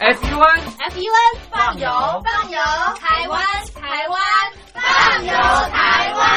FUN 放油放油，台湾放油台湾。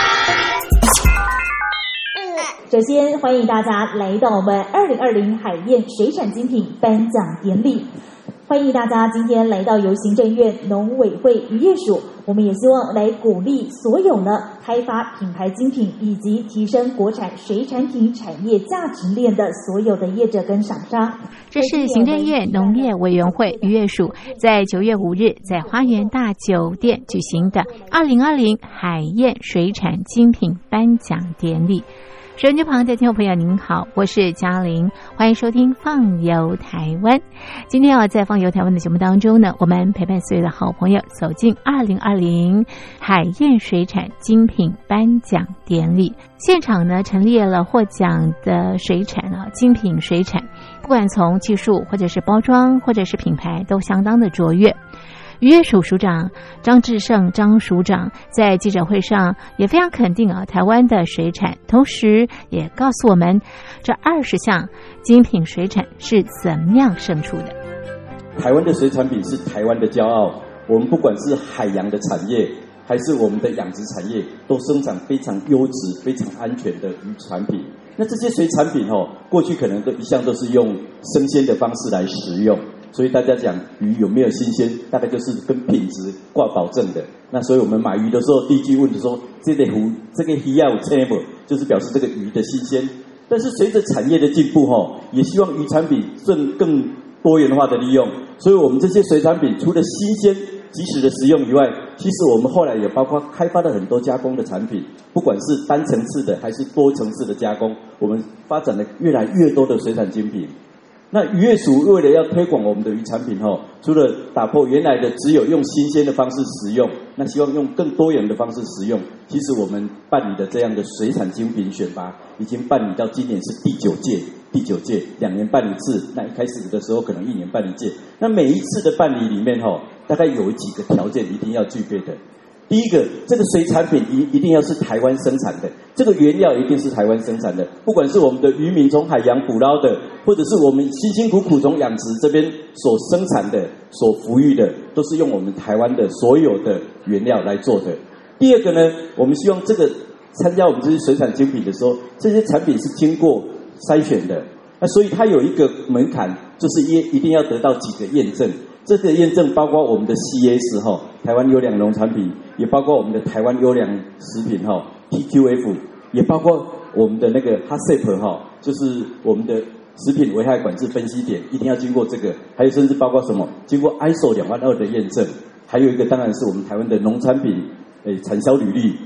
首先欢迎大家来到我们2020海燕水产精品颁奖典礼。欢迎大家今天来到由行政院农委会渔业署，我们也希望来鼓励所有呢开发品牌精品以及提升国产水产品产业价值链的所有的业者跟厂商。 这是行政院农业委员会渔业署在9月5日在花园大酒店举行的2020海燕水产精品颁奖典礼。收音机旁的听众朋友您好，我是嘉玲，欢迎收听放游台湾。今天在放游台湾的节目当中呢，我们陪伴所有的好朋友走进2020海燕水产精品颁奖典礼。现场呢陈列了获奖的水产精品水产，不管从技术或者是包装或者是品牌都相当的卓越。渔业署署长张志胜张署长在记者会上也非常肯定台湾的水产，同时也告诉我们这20项精品水产是怎么样胜出的。 台湾的水产品是台湾的骄傲，我们不管是海洋的产业还是我们的养殖产业，都生产非常优质非常安全的渔产品。那这些水产品过去可能一向都是用生鲜的方式来食用，所以大家讲鱼有没有新鲜，大概就是跟品质挂保证的。那所以我们买鱼的时候，第一句问的说这个鱼要有青不，就是表示这个鱼的新鲜。但是随着产业的进步也希望渔产品更多元化的利用，所以我们这些水产品除了新鲜及时的食用以外，其实我们后来也包括开发了很多加工的产品，不管是单层次的还是多层次的加工，我们发展了越来越多的水产精品。那渔业署为了要推广我们的渔产品除了打破原来的只有用新鲜的方式食用，那希望用更多元的方式食用。其实我们办理的这样的水产精品选拔已经办理到今年是第9届，2年办一次。那一开始的时候可能1年办一届，那每一次的办理里面大概有几个条件一定要具备的。第一个，这个水产品一定要是台湾生产的，这个原料一定是台湾生产的，不管是我们的渔民从海洋捕捞的，或者是我们辛辛苦苦从养殖这边所生产的所抚育的，都是用我们台湾的所有的原料来做的。第二个呢，我们希望这个参加我们这些水产精品的时候，这些产品是经过筛选的，那所以它有一个门槛，就是一定要得到几个验证。这个验证包括我们的 CS 台湾优良农产品，也包括我们的台湾优良食品TQF， 也包括我们的那个 HACCP 就是我们的食品危害管制分析点，一定要经过这个，还有甚至包括什么，经过 ISO 22000的验证，还有一个当然是我们台湾的农产品产销履历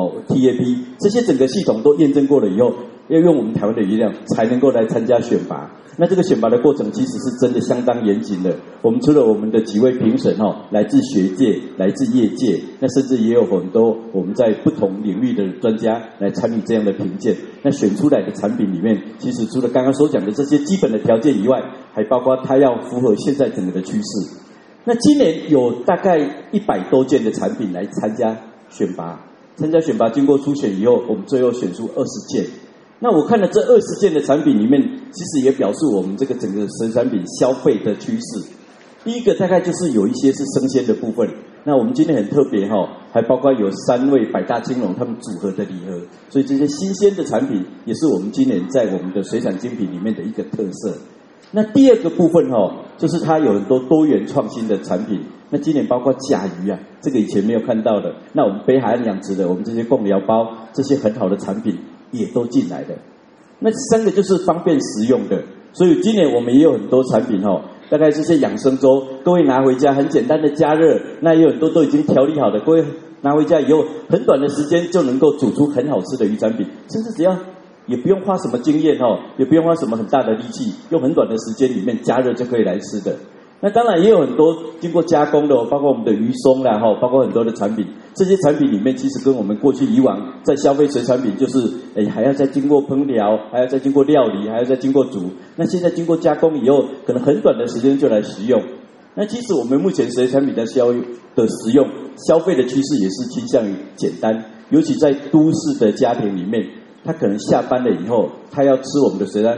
TAP， 这些整个系统都验证过了以后，要用我们台湾的原料才能够来参加选拔。那这个选拔的过程其实是真的相当严谨的。我们除了我们的几位评审来自学界来自业界，那甚至也有很多我们在不同领域的专家来参与这样的评鉴。那选出来的产品里面，其实除了刚刚所讲的这些基本的条件以外，还包括它要符合现在整个的趋势。那今年有大概100多件的产品来参加选拔，经过初选以后，我们最后选出20件。那我看了这20件的产品里面，其实也表示我们这个整个水产品消费的趋势。第一个大概就是有一些是生鲜的部分，那我们今天很特别还包括有3位百大青龙他们组合的礼盒，所以这些新鲜的产品也是我们今年在我们的水产精品里面的一个特色。那第二个部分就是它有很多多元创新的产品。那今年包括甲鱼这个以前没有看到的，那我们北海岸养殖的，我们这些贡寮包，这些很好的产品也都进来的。那第3个就是方便食用的，所以今年我们也有很多产品大概这些养生粥，各位拿回家很简单的加热，那也有很多都已经调理好的，各位拿回家以后很短的时间就能够煮出很好吃的渔产品，甚至只要也不用花什么经验也不用花什么很大的力气，用很短的时间里面加热就可以来吃的。那当然也有很多经过加工的包括我们的鱼松啦包括很多的产品，这些产品里面其实跟我们过去以往在消费水产品就是还要再经过烹调，还要再经过料理，还要再经过煮，那现在经过加工以后，可能很短的时间就来食用。那其实我们目前水产品的使用消费的趋势也是倾向于简单，尤其在都市的家庭里面，他可能下班了以后，他要吃我们的水产品，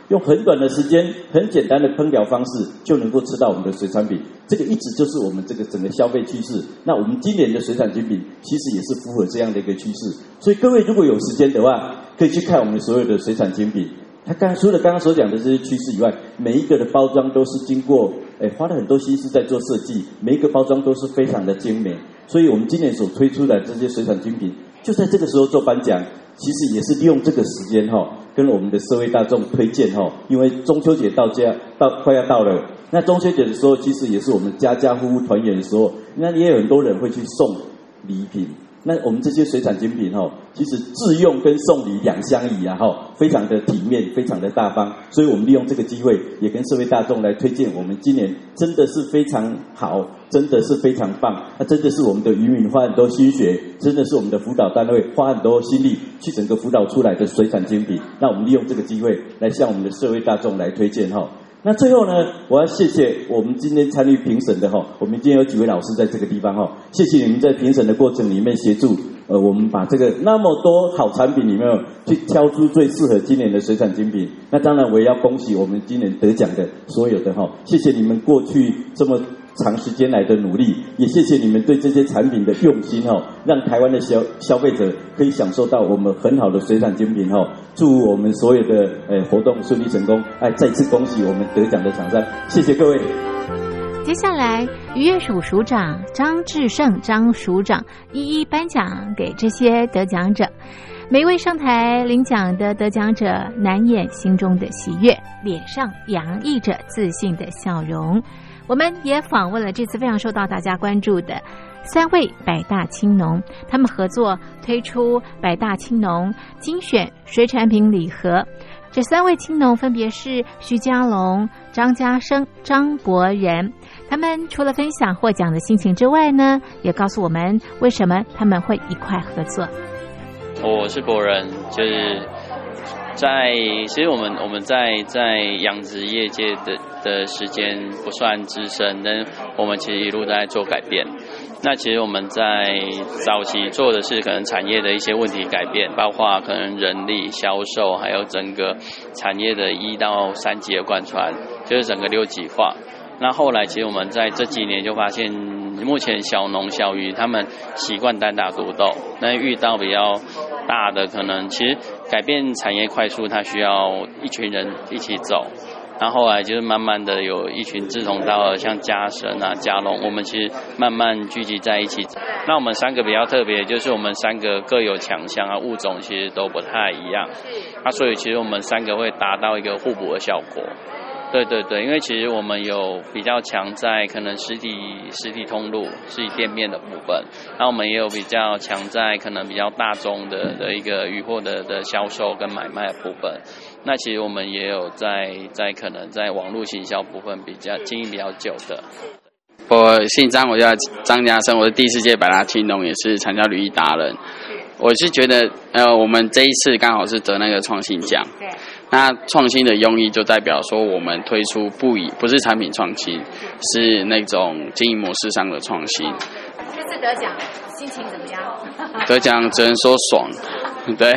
用很短的时间、很简单的烹调方式就能够吃到我们的水产品。这个一直就是我们这个整个消费趋势。那我们今年的水产精品其实也是符合这样的一个趋势。所以各位如果有时间的话，可以去看我们所有的水产精品。它除了刚刚所讲的这些趋势以外，每一个的包装都是经过花了很多心思在做设计，每一个包装都是非常的精美。所以我们今年所推出的这些水产精品，就在这个时候做颁奖，其实也是利用这个时间跟我们的社会大众推荐因为中秋节快要到了，那中秋节的时候，其实也是我们家家户户团圆的时候，那也有很多人会去送礼品。那我们这些水产精品其实自用跟送礼两相宜非常的体面，非常的大方。所以我们利用这个机会，也跟社会大众来推荐我们今年真的是非常好，真的是非常棒。那真的是我们的渔民花很多心血，真的是我们的辅导单位花很多心力去整个辅导出来的水产精品。那我们利用这个机会来向我们的社会大众来推荐那最后呢，我要谢谢我们今天参与评审的我们今天有几位老师在这个地方谢谢你们在评审的过程里面协助我们把这个那么多好产品里面去挑出最适合今年的水产精品。那当然我也要恭喜我们今年得奖的所有的谢谢你们过去这么长时间来的努力，也谢谢你们对这些产品的用心让台湾的消费者可以享受到我们很好的水产精品祝我们所有的活动顺利成功。再次恭喜我们得奖的厂商，谢谢各位。 接下来渔业署署长张志胜张署长一一颁奖给这些得奖者。每一位上台领奖的得奖者难掩心中的喜悦，脸上洋溢着自信的笑容。我们也访问了这次非常受到大家关注的3位百大青农，他们合作推出百大青农精选水产品礼盒。这3位青农分别是徐家龙、张家生、张博仁。他们除了分享获奖的心情之外呢，也告诉我们为什么他们会一块合作。 我是博仁，就是其实我们在养殖业界的时间不算资深，但我们其实一路在做改变。那其实我们在早期做的是可能产业的一些问题改变，包括可能人力、销售，还有整个产业的1到3级的贯穿，就是整个6级化。那后来其实我们在这几年就发现，目前小农小渔他们习惯单打独斗，那遇到比较大的可能，其实改变产业快速，它需要一群人一起走。然后后来就是慢慢的有一群志同道合，像嘉生啊、嘉龙，我们其实慢慢聚集在一起。那我们3个比较特别，就是我们3个各有强项啊，物种其实都不太一样。所以其实我们3个会达到一个互补的效果。对对对，因为其实我们有比较强在可能实体通路、实体店面的部分，那我们也有比较强在可能比较大宗的一个渔获的销售跟买卖的部分。那其实我们也有在可能在网络行销部分经营比较久的。 我姓张，我叫张家生，我是第4届百大青农，也是产销履历达人。我是觉得我们这一次刚好是得那个创新奖。对。那创新的用意就代表说，我们推出不是产品创新，是那种经营模式上的创新。 这次得奖心情怎么样？ 得奖只能说爽，对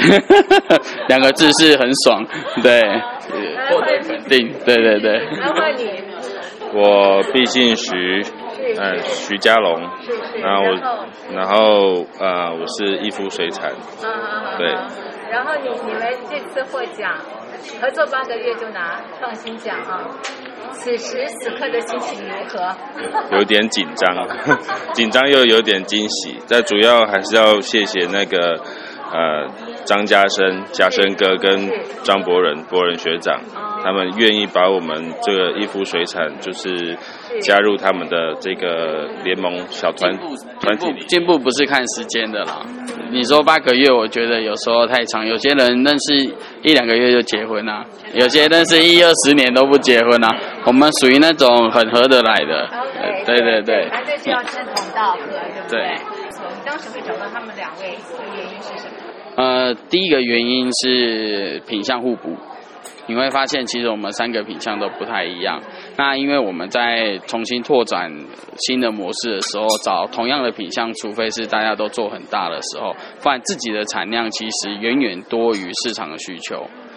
，2个字是很爽，对，获得肯定，对对对。 然后你， 我毕姓徐，徐家龙，然后我是一夫水产，对。 然后你们这次获奖，合作8个月就拿创新奖啊！此时此刻的心情如何？ 有点紧张，紧张又有点惊喜。但主要还是要谢谢那个张家生哥跟张博仁学长，他们愿意把我们这个一夫水产就是加入他们的这个联盟小团体里。 进步不是看时间的啦。你说8个月，我觉得有时候太长。有些人认识1-2个月就结婚啊，有些认识10-20年都不结婚啊。我们属于那种很合得来的。对对对。 团队就要志同道合，对不对？ 对。 你当时会找到他们2位的原因是什么？ 第一个原因是品项互补。你会发现，其实我们3个品项都不太一样。那因为我们在重新拓展新的模式的时候，找同样的品项，除非是大家都做很大的时候，不然自己的产量其实远远多于市场的需求。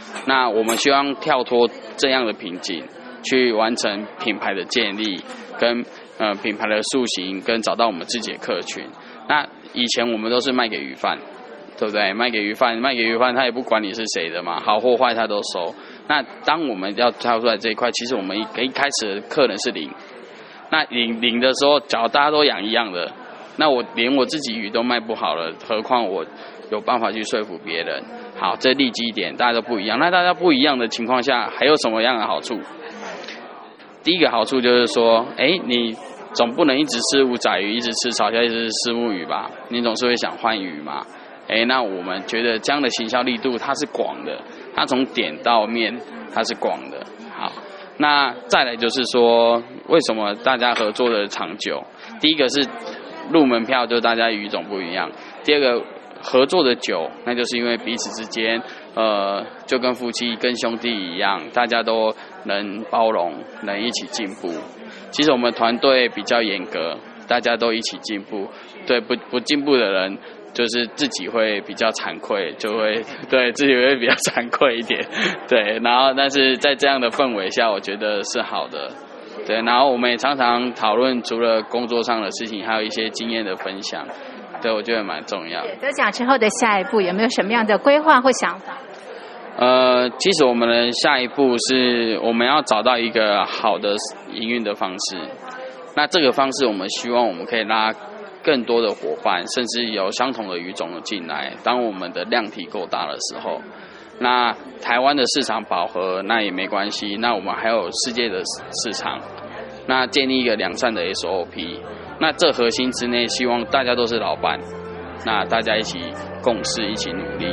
那我们希望跳脱这样的瓶颈，去完成品牌的建立跟品牌的塑形，跟找到我们自己的客群。那以前我们都是卖给鱼贩，对不对？卖给鱼贩，他也不管你是谁的嘛，好或坏他都收。那当我们要跳出来这一块，其实我们一开始的客人是零。那零的时候，假如大家都养一样的，那我连我自己鱼都卖不好了，何况我有办法去说服别人？好，这利基点大家都不一样。那大家不一样的情况下，还有什么样的好处？第一个好处就是说，你总不能一直吃五仔鱼，一直吃草虾，一直吃虱目鱼吧？你总是会想换鱼嘛？那我们觉得这样的行销力度它是广的，它从点到面它是广的。好，那再来就是说，为什么大家合作的长久？第一个是入门票，就大家鱼种不一样；第二个合作的久，那就是因为彼此之间，就跟夫妻、跟兄弟一样，大家都能包容，能一起进步。其实我们团队比较严格，大家都一起进步。对不进步的人，就是自己会比较惭愧，就会对自己会比较惭愧一点。对，然后但是在这样的氛围下，我觉得是好的。对，然后我们也常常讨论，除了工作上的事情，还有一些经验的分享。对，我觉得蛮重要的。 得奖之后的下一步有没有什么样的规划或想法？ 其实我们的下一步是我们要找到一个好的营运的方式。那这个方式，我们希望我们可以拉更多的伙伴，甚至有相同的鱼种的进来。当我们的量体够大的时候，那台湾的市场饱和，那也没关系。那我们还有世界的市场，那建立一个良善的 SOP。那这核心之内，希望大家都是老板，那大家一起共事，一起努力。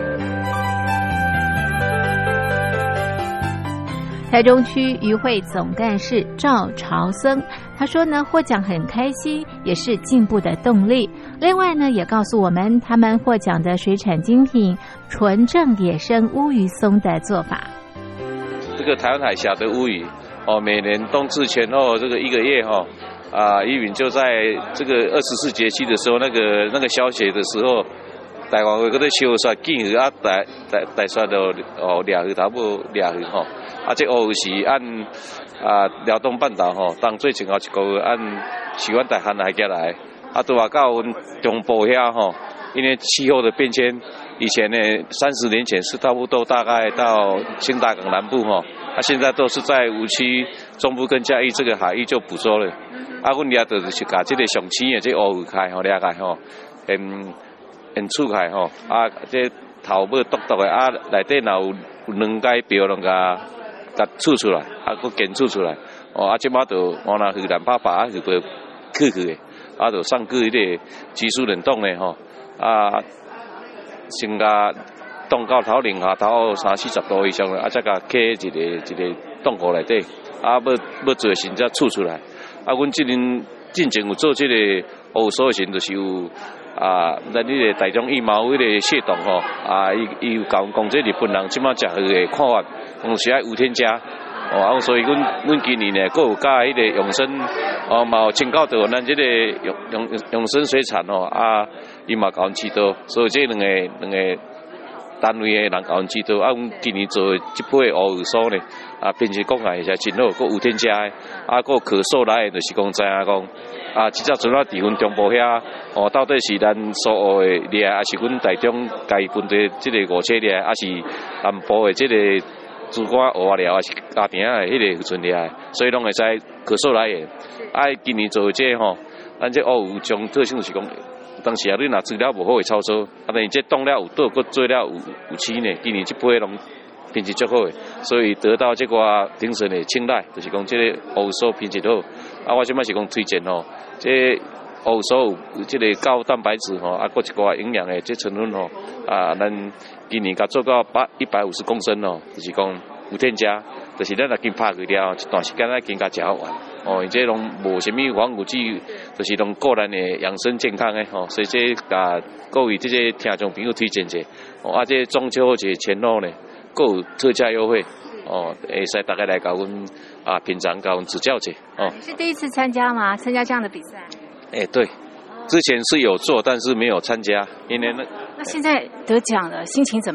台中区渔会总干事赵朝僧他说呢，获奖很开心，也是进步的动力。另外呢，也告诉我们他们获奖的水产精品纯正野生乌鱼松的做法。 这个台湾海峡的乌鱼每年冬至前后这个1个月渔民就在这个24节气的时候，那个消息的时候，台湾会搁在烧刷见鱼台刷就掠鱼头无掠鱼这乌鱼是按辽东半岛当最前后1个月按是阮大汉海峡来，拄啊到阮中部遐因为气候的变迁，以前呢30年前是差不多大概到新大港南部现在都是在5区中部跟嘉义这个海域就捕捉了。阮掠到就是把这个上青的这乌鱼开掠开用厝开这头尾独独的内底若有2解标拢甲取出来，佫检取出来即马就往那鱼篮拍拍就被去的，就送去迄个技术冷冻的先甲冻到头零下头30-40度以上了，再甲开一个冻库内底，要做时才取出来。阮这年进前有做这个乌鱼的时，就是有咱迄个台中羽毛迄个蟹冻伊有甲阮讲，这日本人即马食鱼的看法，是爱无添加所以阮今年呢，佫有加迄个永生嘛有请教到咱这个永生水产伊嘛甲阮指导，所以这两个单位的人甲阮指导阮今年做这批乌鱼酥呢品质讲也是真好，佫有添加的佫可塑来的，就是讲知影讲即只船伫阮中部遐到底是咱所学的掠，还是阮台中家己本地即个5车掠，还是南部的即个主管蚵仔掠，还是家庭的迄个渔船掠，所以拢会使可塑来的。今年做这咱这乌鱼种特性就是讲，当时你若资料无好会操作，但是这冻了有倒，佫做了有期呢。今年这批拢品质足好的，所以得到这个评审的青睐，就是讲这个乌鱼酥品质好。我即摆是讲推荐这乌鱼酥有这个高蛋白质佫一寡营养的这成分咱今年甲做到150公升就是讲有添加，就是咱若经拍开了一段时间经甲食好玩因这拢无什么防腐剂，就是拢个人的养生健康的所以这甲各位这些听众朋友推荐者这中秋节前后呢，各有特价优惠会使大家来甲阮品尝，甲阮指教者你是第一次参加吗？参加这样的比赛？ 对，之前是有做，但是没有参加，因为那现在得奖了，心情怎么样？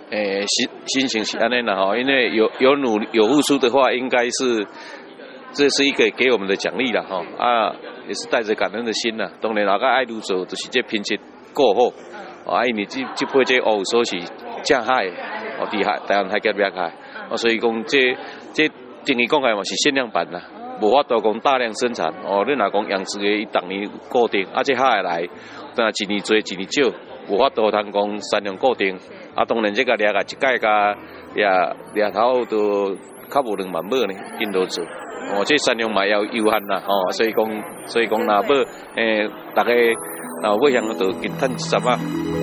心情是安尼啦吼，因为有付出的话，应该是这是一个给我们的奖励啦吼啊，也是带着感恩的心啦。当然大家爱愈做，就是这品质够好，因为这批这乌所是正海的，伫台湾海峡边海，所以讲这等于讲起嘛是限量版啦。无法度讲大量生产你若讲养殖的伊逐年固定，这海来，但一年多一年少，无法度通讲产量固定。当然这个掠一届甲掠头都较无2万尾呢，因都做。这产量嘛要有限啦所以讲若要大家若要向都减趁10啊。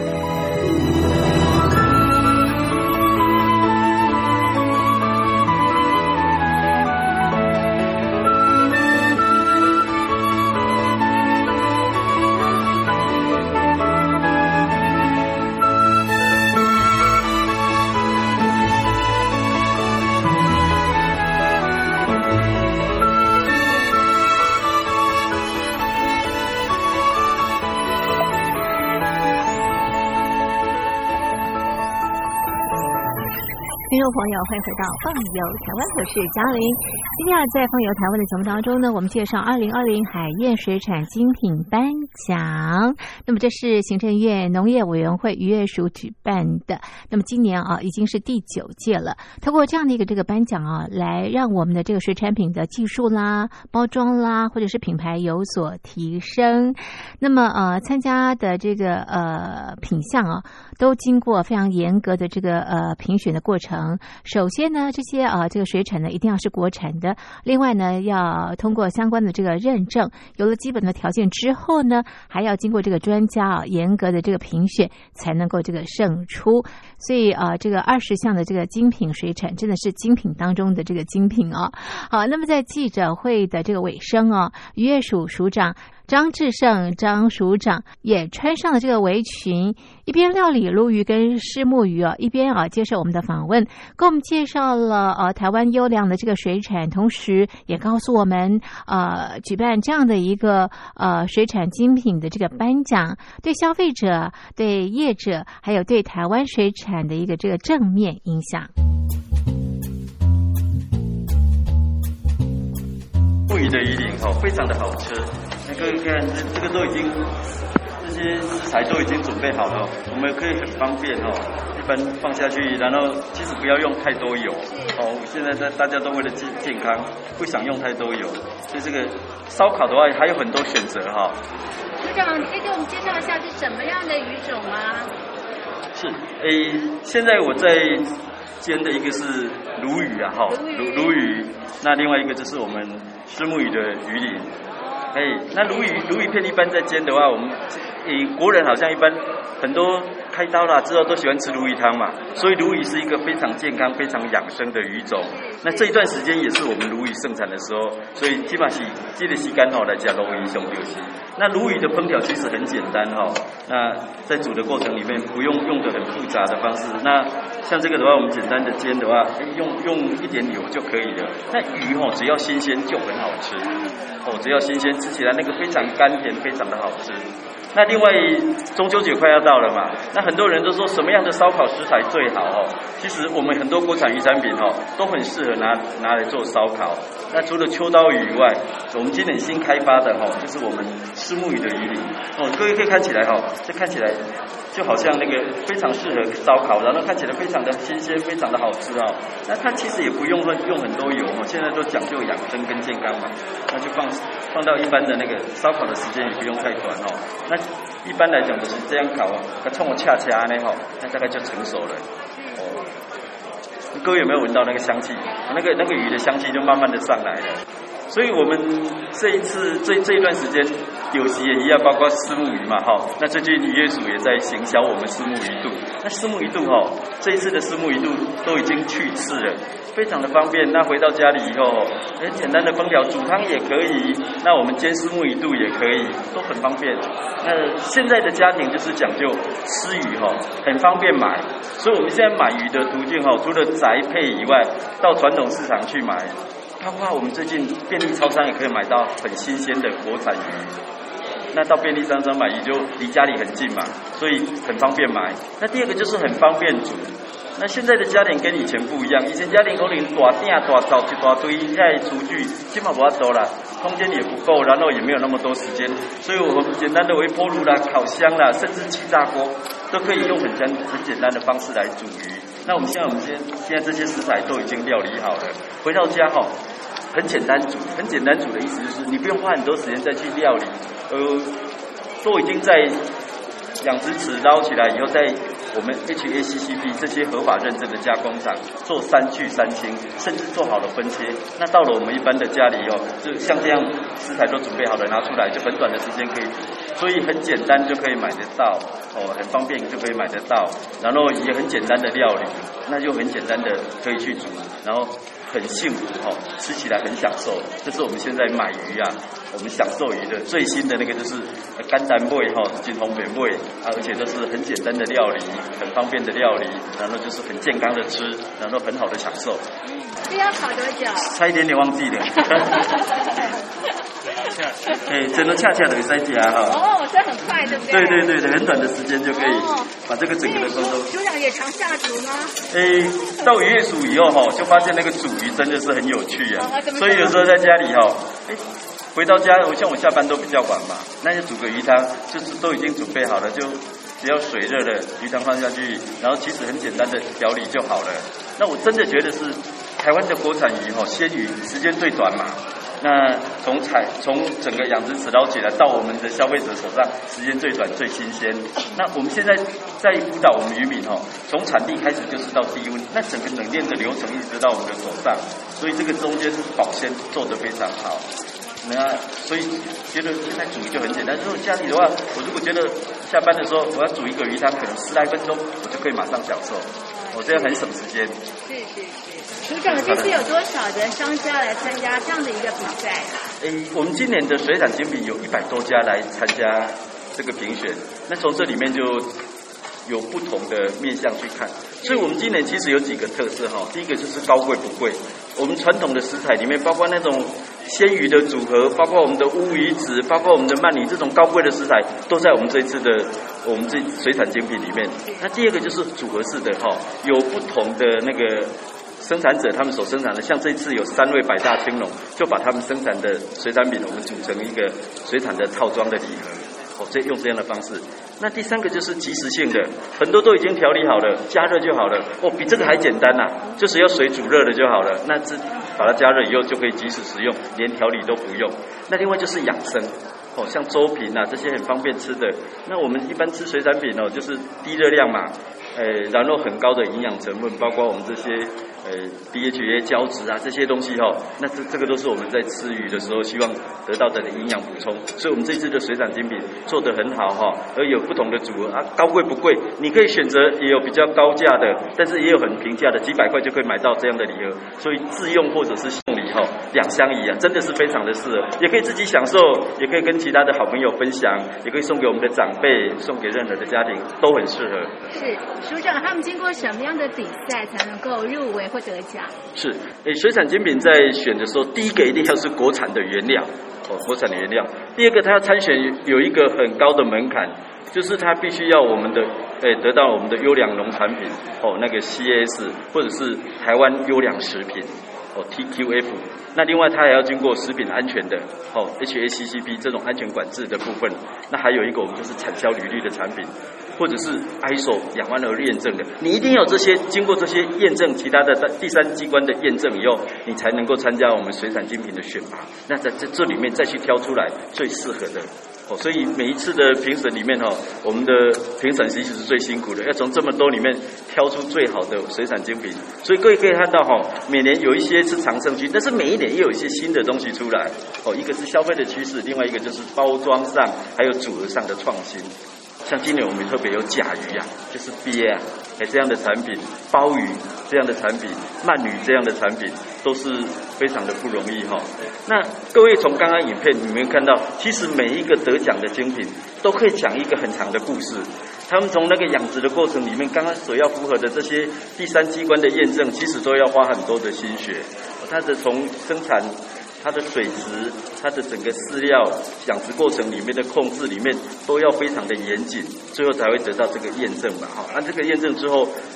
听众朋友，欢迎回到放游台湾，我是嘉玲。今天在放游台湾的节目当中呢，我们介绍2020海燕水产精品颁奖。那么这是行政院农业委员会渔业署举办的，那么今年已经是第9届了。透过这样的一个这个颁奖来让我们的这个水产品的技术啦、包装啦，或者是品牌有所提升。那么参加的这个品项都经过非常严格的这个评选的过程。首先呢，这些这个水产呢一定要是国产的，另外呢要通过相关的这个认证，有了基本的条件之后呢，还要经过这个专家严格的这个评选，才能够这个胜出。所以这个20项的这个精品水产真的是精品当中的这个精品好，那么在记者会的这个尾声渔业署署长张志胜张署长也穿上了这个围裙，一边料理鲈鱼跟虱目鱼一边接受我们的访问，给我们介绍了台湾优良的这个水产，同时也告诉我们举办这样的一个水产精品的这个颁奖，对消费者、对业者，还有对台湾水产的一个这个正面影响。 鲈鱼的鱼鳞非常的好吃。各位看，这个都已经这些食材都已经准备好了，我们可以很方便一般放下去，然后其实不要用太多油现在大家都为了健康，不想用太多油，所以这个烧烤的话还有很多选择署长，你可以给我们介绍一下是什么样的鱼种吗？ 是现在我在煎的一个是鲈鱼鲈鱼，那另外一个就是我们虱目鱼的鱼鳞。那鲈鱼片一般在煎的话，我们国人好像一般很多开刀啦之后都喜欢吃鲈鱼汤嘛，所以鲈鱼是一个非常健康、非常养生的鱼种。那这一段时间也是我们鲈鱼盛产的时候，所以基本上这个时间来吃鲈鱼上就是那鲈鱼的烹调其实很简单那在煮的过程里面不用的很复杂的方式。那像这个的话，我们简单的煎的话，用一点油就可以了。那鱼只要新鲜就很好吃只要新鲜，吃起来那个非常甘甜，非常的好吃。那另外中秋节快要到了嘛，那很多人都说什么样的烧烤食材最好其实我们很多国产渔产品都很适合拿来做烧烤。那除了秋刀鱼以外，我们今年新开发的就是我们虱目鱼的鱼鳞各位可以看起来这看起来就好像那个非常适合烧烤，然后看起来非常的新鲜，非常的好吃那它其实也不用用很多油现在都讲究养生跟健康嘛，那就放到一般的那个烧烤的时间也不用太短那一般来讲就是这样烤它冲我恰恰呢那大概就成熟了各位有没有闻到那个香气？那个鱼的香气就慢慢的上来了。所以我们这一次这一段时间有时也一样，包括虱目鱼嘛那最近渔业署也在行销我们虱目鱼肚。那虱目鱼肚这一次的虱目鱼肚都已经去刺了，非常的方便。那回到家里以后很简单的烹调，煮汤也可以，那我们煎虱目鱼肚也可以，都很方便。那现在的家庭就是讲究吃鱼很方便买，所以我们现在买鱼的途径除了宅配以外，到传统市场去买。包括我们最近便利超商也可以买到很新鲜的国产鱼，那到便利商店买鱼就离家里很近嘛，所以很方便买。那第二个就是很方便煮， 那现在的家庭跟以前不一样，以前家庭可能大鼎大灶一大堆在厨具，现在没法做了，空间也不够，然后也没有那么多时间，所以我们简单的微波炉啦、烤箱啦，甚至气炸锅，都可以用很简单的方式来煮鱼。那我们现在这些食材都已经料理好了，回到家很简单煮，很简单煮的意思就是你不用花很多时间再去料理，都已经在养殖池捞起来以后，在我们 HACCP 这些合法认证的加工厂做3去3清，甚至做好了分切。那到了我们一般的家里就像这样食材都准备好了，拿出来就很短的时间可以煮，所以很简单就可以买得到，很方便就可以买得到，然后也很简单的料理，那就很简单的可以去煮，然后很幸福吃起来很享受。这是我们现在买鱼啊，我们享受鱼的最新的那个就是干单味金红扁味而且都是很简单的料理，很方便的料理，然后就是很健康的吃，然后很好的享受。 这要烤多久？ 差一点点忘记了。真的恰恰的在家这很快对不对？ 对，很短的时间就可以把这个整个的工作。 组长也常下厨吗？ 到渔业署以后就发现那个煮鱼真的是很有趣啊，所以有时候在家里回到家，像我下班都比较晚嘛，那就煮个鱼汤，就是都已经准备好了，就只要水热了，鱼汤放下去，然后其实很简单的调理就好了。那我真的觉得是台湾的国产鱼鲜鱼时间最短嘛。那从整个养殖池捞起来到我们的消费者手上，时间最短最新鲜。那我们现在在辅导我们渔民从产地开始就是到低温，那整个冷链的流程一直到我们的手上，所以这个中间保鲜做得非常好。那所以觉得现在煮就很简单。如果家里的话，我如果觉得下班的时候我要煮一个鱼汤，可能10来分钟我就可以马上享受，我这样很省时间。 组长，这次有多少的商家来参加这样的一个比赛？ 我们今年的水产精品有100多家来参加这个评选，那从这里面就有不同的面向去看，所以我们今年其实有几个特色第一个就是高贵不贵，我们传统的食材里面包括那种鲜鱼的组合，包括我们的乌鱼子，包括我们的鳗鱼，这种高贵的食材都在我们这次的我们这水产精品里面。那第二个就是组合式的有不同的那个生产者他们所生产的，像这次有3位百大青农就把他们生产的水产品我们组成一个水产的套装的礼盒，用这样的方式。那第3个就是即时性的，很多都已经调理好了，加热就好了，比这个还简单就是要水煮热了就好了，那把它加热以后就可以即时食用，连调理都不用。那另外就是养生像粥品这些很方便吃的。那我们一般吃水产品就是低热量嘛，然后很高的营养成分，包括我们这些DHA 胶质这些东西那这个都是我们在吃鱼的时候希望得到的营养补充。所以我们这次的水产精品做得很好而有不同的组合高贵不贵，你可以选择，也有比较高价的，但是也有很平价的，几百块就可以买到这样的礼盒。所以自用或者是送礼2相宜真的是非常的适合，也可以自己享受，也可以跟其他的好朋友分享，也可以送给我们的长辈，送给任何的家庭都很适合。 是，署长，他们经过什么样的比赛才能够入围或得奖？ 是，水产精品在选的时候，第一个一定要是国产的原料国产的原料。第二个，他要参选有一个很高的门槛，就是他必须要我们的得到我们的优良农产品那个 CAS 或者是台湾优良食品TQF。那另外它还要经过食品安全的HACCP 这种安全管制的部分。那还有一个我们就是产销履历的产品，或者是 ISO 亚湾俄验证的，你一定要这些经过这些验证，其他的第3机关的验证以后，你才能够参加我们水产精品的选拔。那在这里面再去挑出来最适合的所以每一次的评审里面我们的评审其实是最辛苦的，要从这么多里面挑出最好的水产精品。所以各位可以看到每年有一些是常胜军，但是每一年也有一些新的东西出来一个是消费的趋势，另外一个就是包装上还有组合上的创新。像今年我们特别有甲鱼就是鳖这样的产品，鲍鱼这样的产品，鳗鱼这样的产品，都是非常的不容易那各位从刚刚影片你们看到，其实每一个得奖的精品都可以讲一个很长的故事。他们从那个养殖的过程里面，刚刚所要符合的这些第3机关的验证，其实都要花很多的心血。它的从生产，它的水质，它的整个饲料养殖过程里面的控制里面都要非常的严谨，最后才会得到这个验证嘛这个验证之后，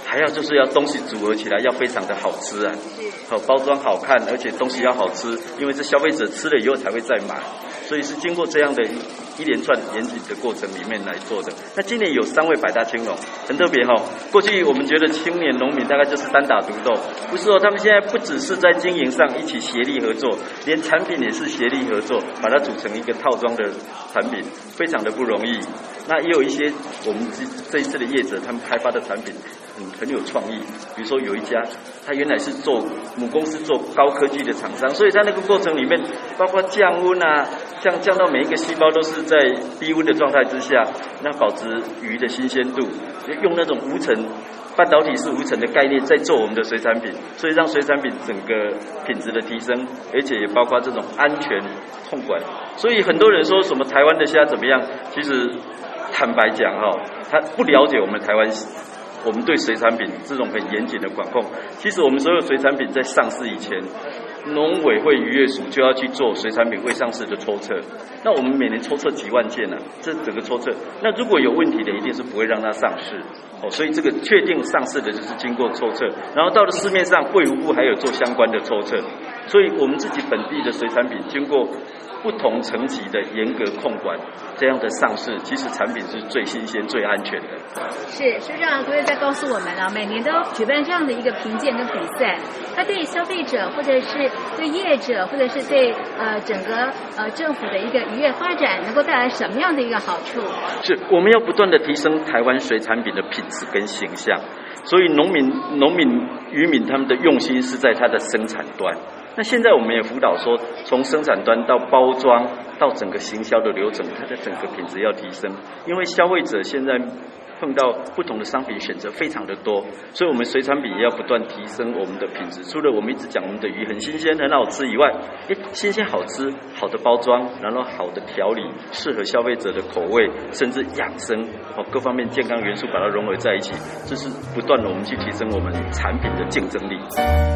还要就是要东西组合起来要非常的好吃啊，包装好看，而且东西要好吃，因为是消费者吃了以后才会再买，所以是经过这样的一连串严谨的过程里面来做的。那今年有3位百大青农，很特别哦。过去我们觉得青年农民大概就是单打独斗，不是哦，他们现在不只是在经营上一起协力合作，连产品也是协力合作，把它组成一个套装的产品，非常的不容易。那也有一些我们这一次的业者，他们开发的产品很有创意。比如说有一家，他原来是做母公司做高科技的厂商，所以在那个过程里面，包括降温啊，降到每一个细胞都是在低温的状态之下，那保持鱼的新鲜度，用那种无尘半导体是无尘的概念在做我们的水产品，所以让水产品整个品质的提升，而且也包括这种安全控管。所以很多人说什么台湾的虾怎么样，其实坦白讲他不了解我们台湾，我们对水产品这种很严谨的管控。其实我们所有水产品在上市以前，农委会渔业署就要去做水产品未上市的抽测。那我们每年抽测几万件这整个抽测，那如果有问题的，一定是不会让它上市。所以这个确定上市的就是经过抽测，然后到了市面上，卫福部还有做相关的抽测。所以我们自己本地的水产品经过不同层级的严格控管，这样的上市，其实产品是最新鲜、最安全的。 是，所以让各位再告诉我们每年都举办这样的一个评鉴跟比赛，它对消费者或者是对业者或者是对整个政府的一个渔业发展能够带来什么样的一个好处？ 是，我们要不断的提升台湾水产品的品质跟形象，所以农民、渔民他们的用心是在它的生产端。那现在我们也辅导说，从生产端到包装到整个行销的流程，它的整个品质要提升。因为消费者现在碰到不同的商品选择非常的多，所以我们水产品也要不断提升我们的品质。除了我们一直讲我们的鱼很新鲜、很好吃以外，新鲜好吃、好的包装，然后好的调理，适合消费者的口味，甚至养生各方面健康元素把它融合在一起，这是不断的我们去提升我们产品的竞争力。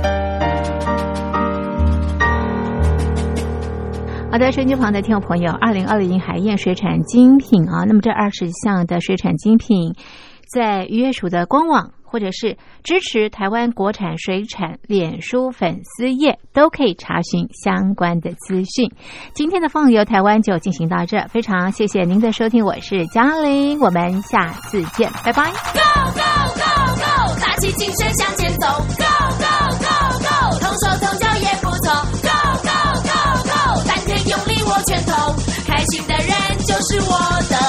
好的，收音机旁的听众朋友，2020海燕水产精品那么这20项的水产精品，在渔业署的官网或者是支持台湾国产水产脸书粉丝页都可以查询相关的资讯。今天的放游台湾就进行到这，非常谢谢您的收听，我是嘉玲，我们下次见，拜拜。 Go go go go， 打起精神向前走 ，Go go go go， 同手同脚也不错 ，Go go go go， 丹田用力握拳头，开心的人就是我的